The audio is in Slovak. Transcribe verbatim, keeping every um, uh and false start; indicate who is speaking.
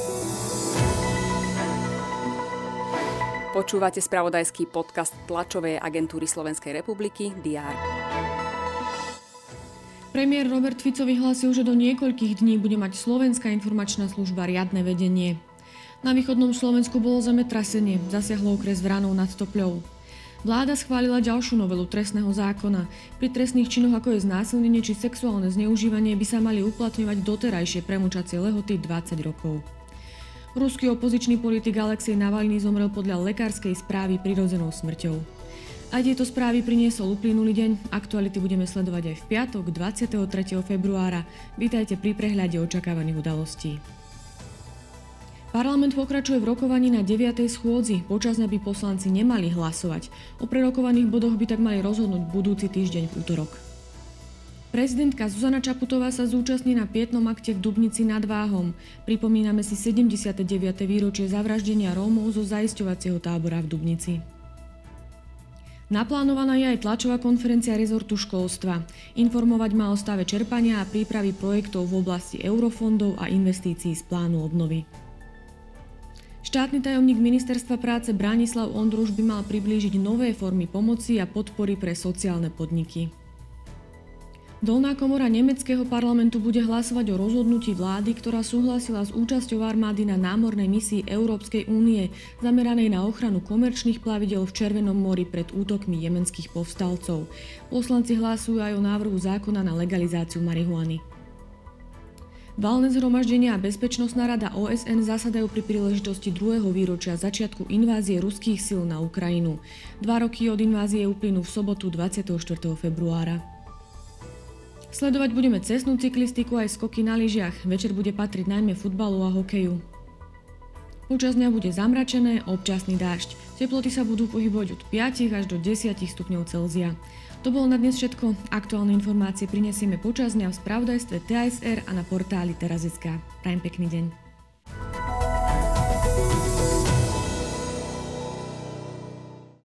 Speaker 1: Počúvate spravodajský podcast tlačovej agentúry Slovenskej republiky dé er.
Speaker 2: Premiér Robert Fico vyhlásil, že do niekoľkých dní bude mať Slovenská informačná služba riadne vedenie. Na východnom Slovensku bolo zemetrasenie, zasiahlo okres Vranov nad Topľou. Vláda schválila ďalšiu novelu trestného zákona. Pri trestných činoch, ako je znásilnenie či sexuálne zneužívanie, by sa mali uplatňovať doterajšie premlčacie lehoty dvadsať rokov. Ruský opozičný politik Alexej Navalny zomrel podľa lekárskej správy prirodzenou smrťou. Aj tieto správy priniesol uplynulý deň. Aktuality budeme sledovať aj v piatok, dvadsiateho tretieho februára. Vítajte pri prehľade očakávaných udalostí. Parlament pokračuje v rokovaní na deviatej schôdzi. Počas dňa by poslanci nemali hlasovať. O prerokovaných bodoch by tak mali rozhodnúť budúci týždeň v útorok. Prezidentka Zuzana Čaputová sa zúčastní na pietnom akte v Dubnici nad Váhom. Pripomíname si sedemdesiate deviate výročie zavraždenia Rómov zo zaisťovacieho tábora v Dubnici. Naplánovaná je aj tlačová konferencia rezortu školstva. Informovať má o stave čerpania a prípravy projektov v oblasti eurofondov a investícií z plánu obnovy. Štátny tajomník Ministerstva práce Branislav Ondruš by mal priblížiť nové formy pomoci a podpory pre sociálne podniky. Dolná komora nemeckého parlamentu bude hlasovať o rozhodnutí vlády, ktorá súhlasila s účasťou armády na námornej misii Európskej únie zameranej na ochranu komerčných plavidel v Červenom mori pred útokmi jemenských povstalcov. Poslanci hlasujú aj o návrhu zákona na legalizáciu marihuany. Valné zhromaždenia a Bezpečnostná rada ó es en zasadajú pri príležitosti druhého výročia začiatku invázie ruských síl na Ukrajinu. Dva roky od invázie uplynú v sobotu dvadsiateho štvrtého februára. Sledovať budeme cestnú cyklistiku aj skoky na lyžiach. Večer bude patriť najmä futbalu a hokeju. Počas dňa bude zamračené, občasný dážď. Teploty sa budú pohybovať od päť až do desať stupňov Celzia. To bolo na dnes všetko. Aktuálne informácie prinesieme počas dňa v spravodajstve té es er a na portáli teraz bodka es ká. Prajem pekný deň.